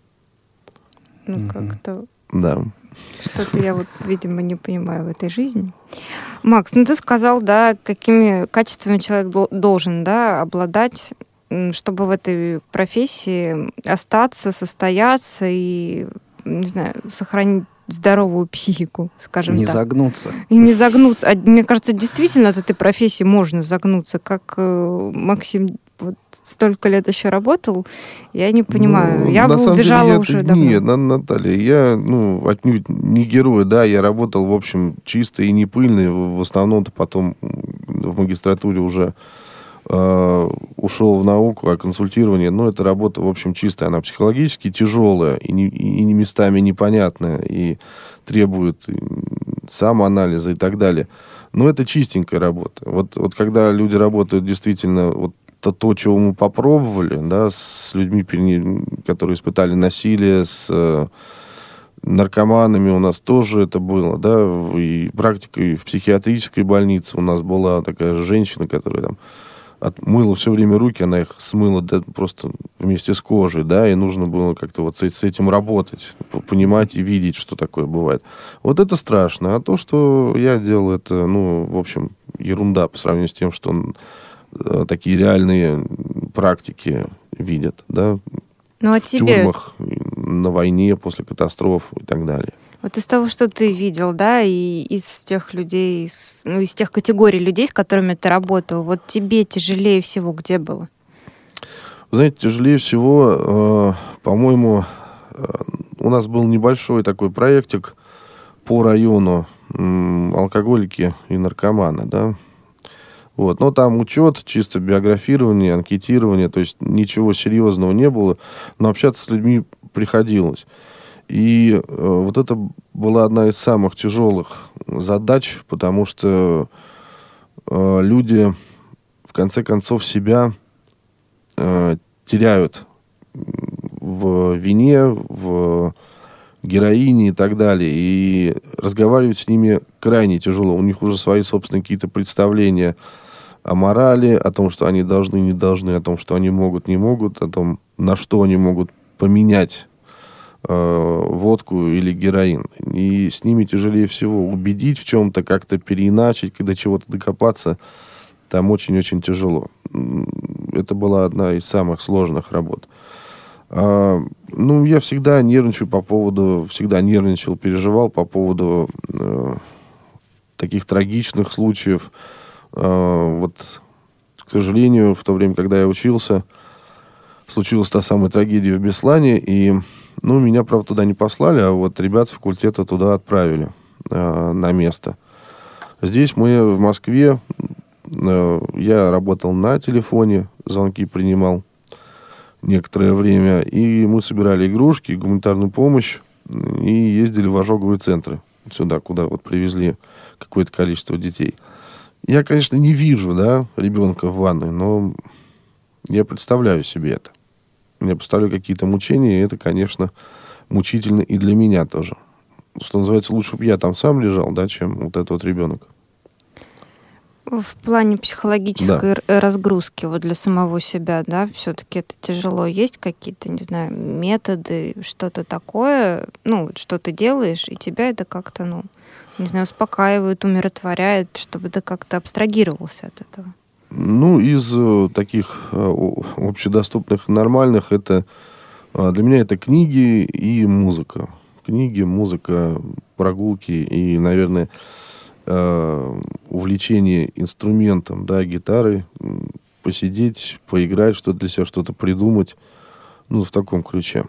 Как-то... Да. Что-то я видимо, не понимаю в этой жизни. Макс, ты сказал, да, какими качествами человек должен, да, обладать, чтобы в этой профессии остаться, состояться и, не знаю, сохранить здоровую психику, скажем так. Не загнуться. И не загнуться. Мне кажется, действительно от этой профессии можно загнуться. Как Максим столько лет еще работал, я не понимаю. Я бы убежала уже давно. Нет, Наталья, я отнюдь не герой, да, я работал, в общем, чисто и не пыльный. В основном-то потом в магистратуре уже ушел в науку, а консультирование, эта работа, в общем, чистая, она психологически тяжелая и местами непонятная, и требует самоанализа и так далее. Но это чистенькая работа. Вот когда люди работают действительно то, чего мы попробовали, да, с людьми, которые испытали насилие, с наркоманами у нас тоже это было, да, и практикой в психиатрической больнице у нас была такая женщина, которая там отмыла все время руки, она их смыла просто вместе с кожей, да, и нужно было как-то с этим работать, понимать и видеть, что такое бывает. Это страшно. А то, что я делал, это, в общем, ерунда по сравнению с тем, что такие реальные практики видят, да, в тюрьмах, на войне, после катастроф и так далее. Из того, что ты видел, да, и из тех людей, из тех категорий людей, с которыми ты работал, тебе тяжелее всего где было? Знаете, тяжелее всего, по-моему, у нас был небольшой такой проектик по району алкоголики и наркоманы, да. Но там учет, чисто биографирование, анкетирование, то есть ничего серьезного не было, но общаться с людьми приходилось. И это была одна из самых тяжелых задач, потому что люди, в конце концов, себя теряют в вине, в героине и так далее. И разговаривать с ними крайне тяжело. У них уже свои собственные какие-то представления о морали, о том, что они должны, не должны, о том, что они могут, не могут, о том, на что они могут поменять водку или героин. И с ними тяжелее всего убедить в чем-то, как-то переиначить, до чего-то докопаться. Там очень-очень тяжело. Это была одна из самых сложных работ. Я всегда нервничал, переживал по поводу таких трагичных случаев. К сожалению, в то время, когда я учился, случилась та самая трагедия в Беслане, и меня, правда, туда не послали, а вот ребят с факультета туда отправили на место. Здесь мы в Москве, я работал на телефоне, звонки принимал некоторое время, и мы собирали игрушки, гуманитарную помощь, и ездили в ожоговые центры сюда, куда привезли какое-то количество детей. Я, конечно, не вижу, ребенка в ванной, но я представляю себе это. Я представляю какие-то мучения, и это, конечно, мучительно и для меня тоже. Что называется, лучше бы я там сам лежал, чем вот этот ребенок. В плане психологической разгрузки для самого себя, все-таки это тяжело. Есть какие-то, не знаю, методы, что-то такое, что ты делаешь, и тебя это как-то, успокаивает, умиротворяет, чтобы ты как-то абстрагировался от этого? Из таких общедоступных и нормальных, это для меня это книги и музыка. Книги, музыка, прогулки и, наверное, увлечение инструментом, гитарой, посидеть, поиграть, что-то для себя, что-то придумать, в таком ключе.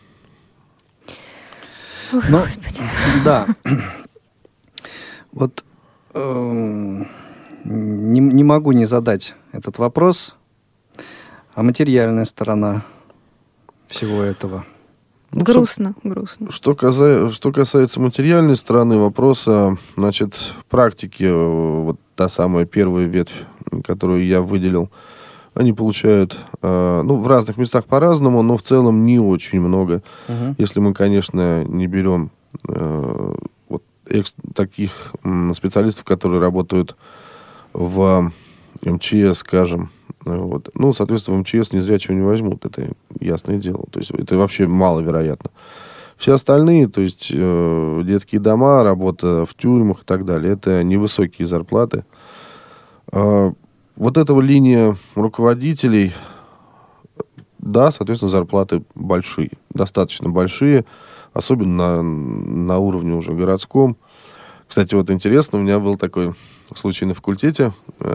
Господи. Да. Не могу не задать этот вопрос. А материальная сторона всего этого? Грустно. Что касается материальной стороны вопроса, практики, та самая первая ветвь, которую я выделил, они получают, в разных местах по-разному, но в целом не очень много. Если мы, конечно, не берем таких специалистов, которые работают в МЧС, скажем. Соответственно, в МЧС незрячего не возьмут, это ясное дело. То есть это вообще маловероятно. Все остальные, то есть детские дома, работа в тюрьмах и так далее, это невысокие зарплаты. Этого линия руководителей, соответственно, зарплаты большие, достаточно большие, особенно на уровне уже городском. Кстати, интересно, у меня был такой случай на факультете.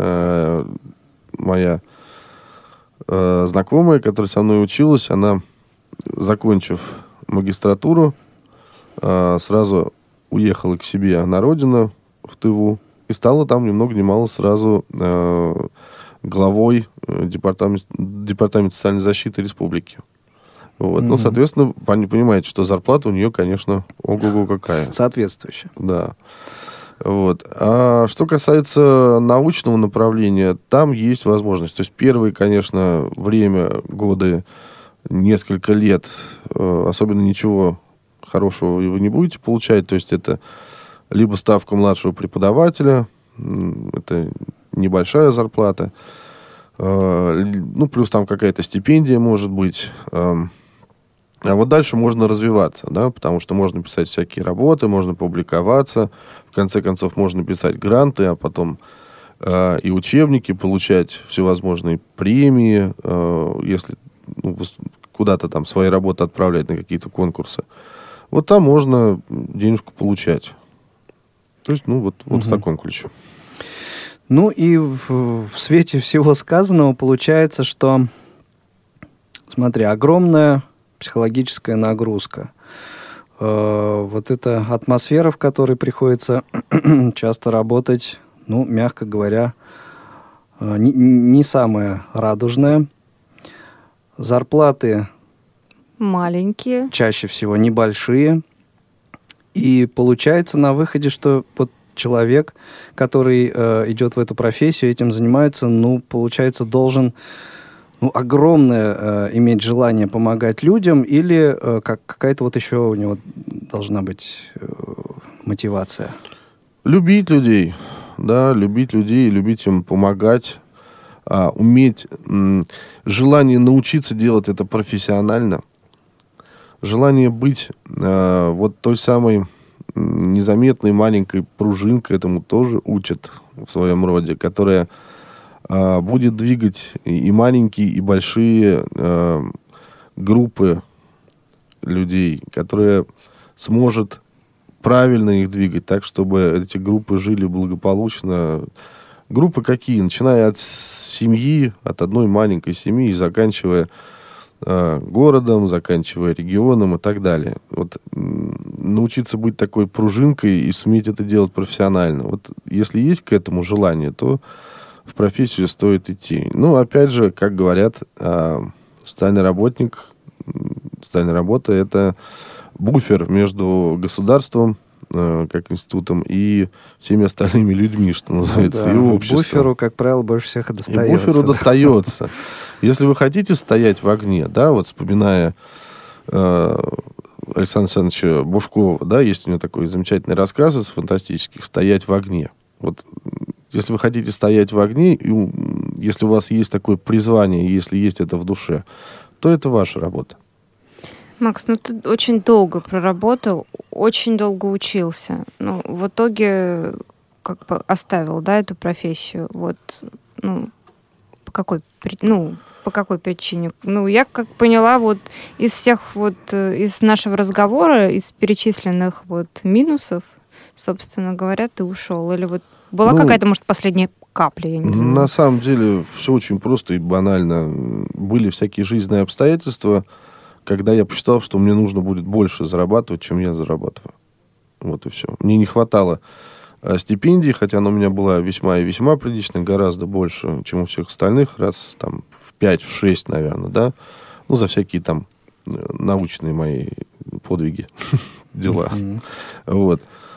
Моя знакомая, которая со мной училась, она, закончив магистратуру, сразу уехала к себе на родину, в Тыву, и стала там ни много ни мало сразу главой департамента социальной защиты республики. Соответственно, понимаете, что зарплата у нее, конечно, ого-го какая. Соответствующая. Да. А что касается научного направления, там есть возможность. То есть первое, конечно, время, годы, несколько лет, особенно ничего хорошего вы не будете получать. То есть это либо ставка младшего преподавателя, это небольшая зарплата, плюс там какая-то стипендия может быть. А дальше можно развиваться, потому что можно писать всякие работы, можно публиковаться, в конце концов можно писать гранты, а потом и учебники, получать всевозможные премии, если куда-то там свои работы отправлять на какие-то конкурсы. Там можно денежку получать. То есть, в таком ключе. И в свете всего сказанного получается, что, смотри, огромная психологическая нагрузка. Эта атмосфера, в которой приходится часто работать, мягко говоря, не самая радужная. Зарплаты маленькие. Чаще всего небольшие. И получается на выходе, что человек, который идет в эту профессию, этим занимается, получается, должен огромное иметь желание помогать людям, или какая-то еще у него должна быть мотивация? Любить людей, любить людей, любить им помогать. уметь, желание научиться делать это профессионально, желание быть вот той самой незаметной маленькой пружинкой, этому тоже учат в своем роде, которая будет двигать и маленькие, и большие группы людей, которая сможет правильно их двигать так, чтобы эти группы жили благополучно. Группы какие? Начиная от семьи, от одной маленькой семьи и заканчивая городом, заканчивая регионом и так далее. Вот научиться быть такой пружинкой и суметь это делать профессионально. Вот если есть к этому желание, то в профессию стоит идти. Ну, опять же, как говорят, социальный работник, социальная работа — это буфер между государством, как институтом, и всеми остальными людьми, что называется, и обществом. Буферу, как правило, больше всех и достается. И буферу достается. Если вы хотите стоять в огне, да, вот вспоминая Александра Александровича Бушкова, да, есть у него такой замечательный рассказ из фантастических «Стоять в огне». Вот если вы хотите стоять в огне, и если у вас есть такое призвание, если есть это в душе, то это ваша работа. Макс, ну ты очень долго проработал, очень долго учился. Ну, в итоге как бы оставил, да, эту профессию. Вот, ну, по какой причине? Ну, я как поняла, вот из всех вот, из нашего разговора, из перечисленных вот минусов, собственно говоря, ты ушел. Или вот была какая-то, может, последняя капля, я не знаю. На самом деле все очень просто и банально. Были всякие жизненные обстоятельства, когда я посчитал, что мне нужно будет больше зарабатывать, чем я зарабатываю. Вот и все. Мне не хватало стипендий, хотя она у меня была весьма и весьма приличная, гораздо больше, чем у всех остальных, раз там в 5-6, наверное, да. Ну, за всякие там научные мои подвиги, дела. Вот.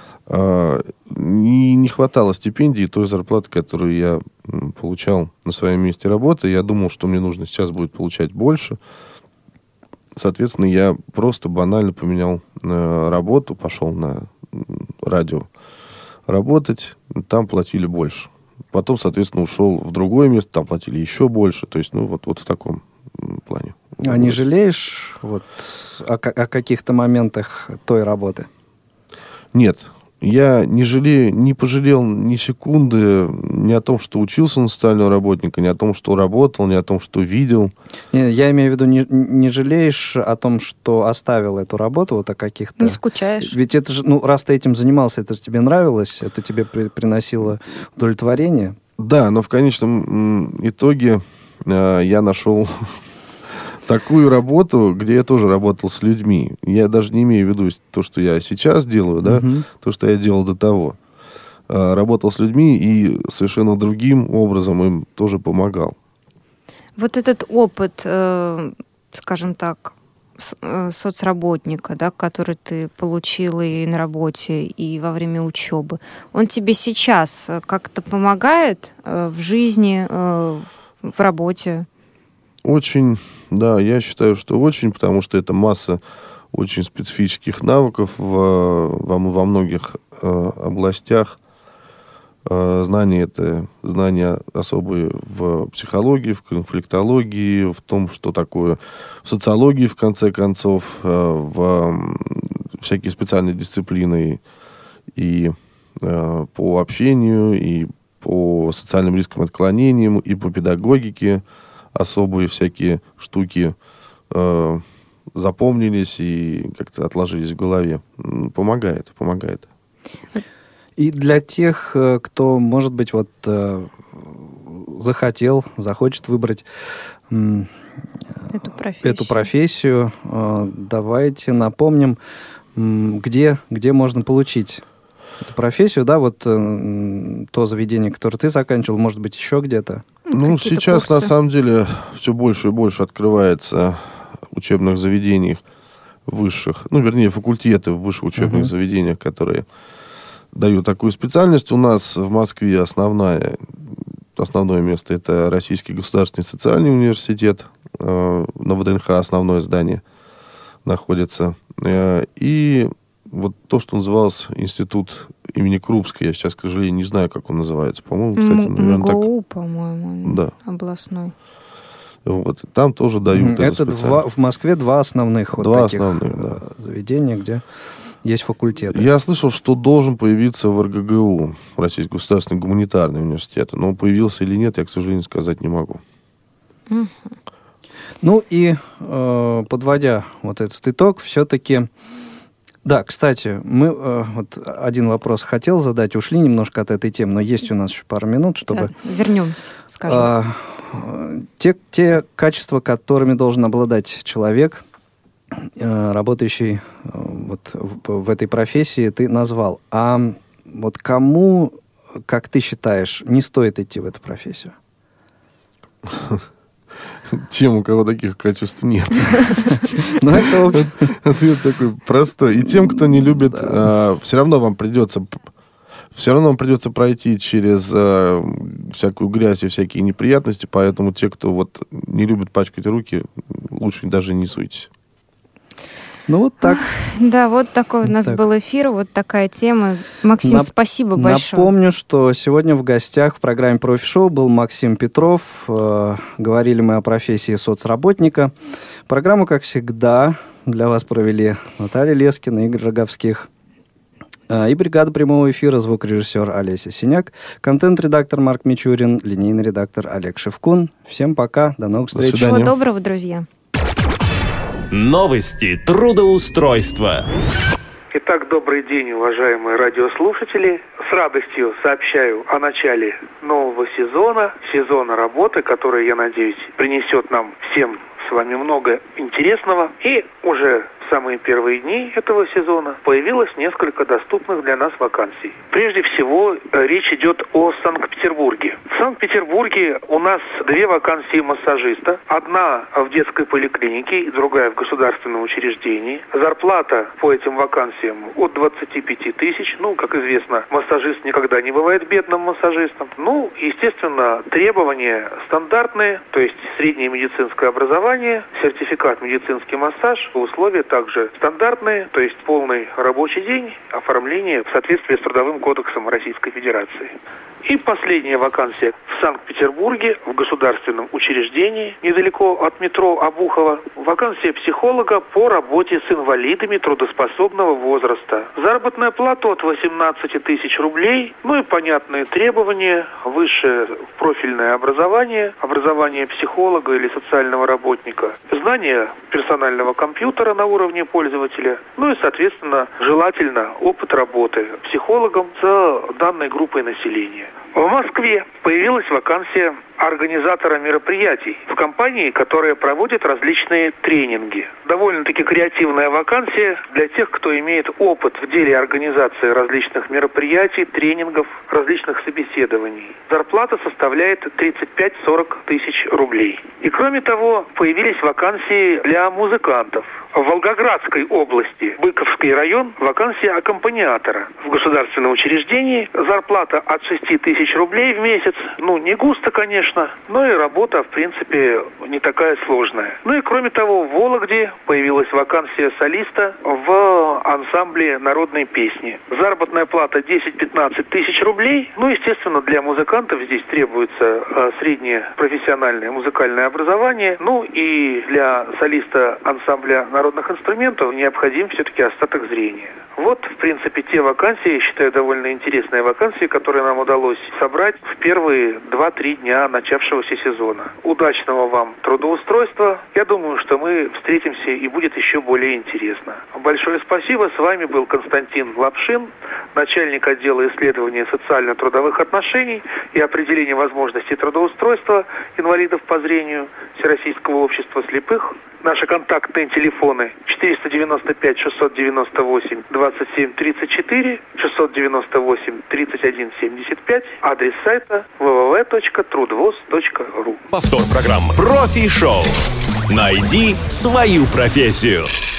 И не хватало стипендий, той зарплаты, которую я получал на своем месте работы. Я думал, что мне нужно сейчас будет получать больше. Соответственно, я просто банально поменял работу, пошел на радио работать, там платили больше. Потом, соответственно, ушел в другое место, там платили еще больше. То есть, ну, вот в таком плане. А не жалеешь вот о каких-то моментах той работы? Нет. Я не жалею, не пожалел ни секунды ни о том, что учился на социального работника, ни о том, что работал, ни о том, что видел. Я имею в виду, не жалеешь о том, что оставил эту работу, вот о каких-то... Не скучаешь. Ведь это же, ну, раз ты этим занимался, это тебе нравилось, это тебе приносило удовлетворение? Да, но в конечном итоге я нашел такую работу, где я тоже работал с людьми. Я даже не имею в виду то, что я сейчас делаю, да, то, что я делал до того. Работал с людьми и совершенно другим образом им тоже помогал. Вот этот опыт, скажем так, соцработника, да, который ты получил и на работе, и во время учебы, он тебе сейчас как-то помогает в жизни, в работе? Очень, да, я считаю, что очень, потому что это масса очень специфических навыков во многих областях. Знания — это знания особые в психологии, в конфликтологии, в том, что такое в социологии, в конце концов, в всякие специальные дисциплины и по общению, и по социальным рискам и отклонениям, и по педагогике. Особые всякие штуки запомнились и как-то отложились в голове. Помогает. И для тех, кто, может быть, вот захочет выбрать эту профессию, давайте напомним, где можно получить эту профессию, да, вот то заведение, которое ты заканчивал, может быть, еще где-то? Ну, сейчас, на самом деле, все больше и больше открывается учебных заведений высших, ну, вернее, факультеты в высших учебных заведениях, которые дают такую специальность. У нас в Москве основное место — это Российский государственный социальный университет. На ВДНХ основное здание находится. И вот то, что назывался институт имени Крупской, я сейчас, к сожалению, не знаю, как он называется. По-моему, кстати, наверное, МГУ, по-моему, да. Областной. Вот. Там тоже дают это в Москве два основных таких основных, заведения, где есть факультеты. Я слышал, что должен появиться в РГГУ, Российский государственный гуманитарный университет. Но появился или нет, я, к сожалению, сказать не могу. Ну и подводя вот этот итог, все-таки... Да, кстати, мы вот один вопрос хотел задать, ушли немножко от этой темы, но есть у нас еще пару минут, чтобы... Да, вернемся, скажем. Те качества, которыми должен обладать человек, работающий вот в этой профессии, ты назвал. А вот кому, как ты считаешь, не стоит идти в эту профессию? Тем, у кого таких качеств нет. Ответ такой простой. И тем, кто не любит, все равно вам придется пройти через всякую грязь и всякие неприятности, поэтому те, кто вот не любит пачкать руки, лучше даже не суйтесь. Ну, вот так. Да, вот такой у нас был эфир, вот такая тема. Максим, спасибо большое. Напомню, что сегодня в гостях в программе «Профи-шоу» был Максим Петров. Говорили мы о профессии соцработника. Программу, как всегда, для вас провели Наталья Лескина, Игорь Роговских. И бригада прямого эфира, звукорежиссер Олеся Синяк, контент-редактор Марк Мичурин, линейный редактор Олег Шевкун. Всем пока, до новых встреч. Всего доброго, друзья. Новости трудоустройства. Итак, добрый день, уважаемые радиослушатели. С радостью сообщаю о начале нового сезона работы, который, я надеюсь, принесет нам всем с вами много интересного. И уже в самые первые дни этого сезона появилось несколько доступных для нас вакансий. Прежде всего, речь идет о Санкт-Петербурге. В Санкт-Петербурге у нас 2 вакансии массажиста. Одна в детской поликлинике, другая в государственном учреждении. Зарплата по этим вакансиям от 25 тысяч. Ну, как известно, массажист никогда не бывает бедным массажистом. Ну, естественно, требования стандартные, то есть среднее медицинское образование, сертификат медицинский массаж, условия также стандартные, то есть полный рабочий день, оформление в соответствии с Трудовым кодексом Российской Федерации. И последняя вакансия в Санкт-Петербурге, в государственном учреждении, недалеко от метро Обухово. Вакансия психолога по работе с инвалидами трудоспособного возраста. Заработная плата от 18 тысяч рублей, ну и понятные требования, высшее профильное образование, образование психолога или социального работника, знание персонального компьютера на уровне пользователя, ну и, соответственно, желательно опыт работы психологом с данной группой населения. В Москве появилась вакансия организатора мероприятий в компании, которая проводит различные тренинги. Довольно-таки креативная вакансия для тех, кто имеет опыт в деле организации различных мероприятий, тренингов, различных собеседований. Зарплата составляет 35-40 тысяч рублей. И кроме того, появились вакансии для музыкантов. В Волгоградской области, Быковский район, вакансия аккомпаниатора. В государственном учреждении зарплата от 6 тысяч рублей в месяц. Ну, не густо, конечно, но и работа, в принципе, не такая сложная. Ну и кроме того, в Вологде появилась вакансия солиста в ансамбле народной песни. Заработная плата 10-15 тысяч рублей. Ну, естественно, для музыкантов здесь требуется среднее профессиональное музыкальное образование. Ну и для солиста ансамбля народных инструментов необходим все-таки остаток зрения. Вот, в принципе, те вакансии, я считаю, довольно интересные вакансии, которые нам удалось собрать в первые 2-3 дня начавшегося сезона. Удачного вам трудоустройства. Я думаю, что мы встретимся и будет еще более интересно. Большое спасибо. С вами был Константин Лапшин, начальник отдела исследования социально-трудовых отношений и определения возможностей трудоустройства инвалидов по зрению Всероссийского общества слепых. Наши контактные телефоны 495-698-2734, 698-3175, адрес сайта www.trudvoz.ru. Повтор программы «Профи-шоу». Найди свою профессию.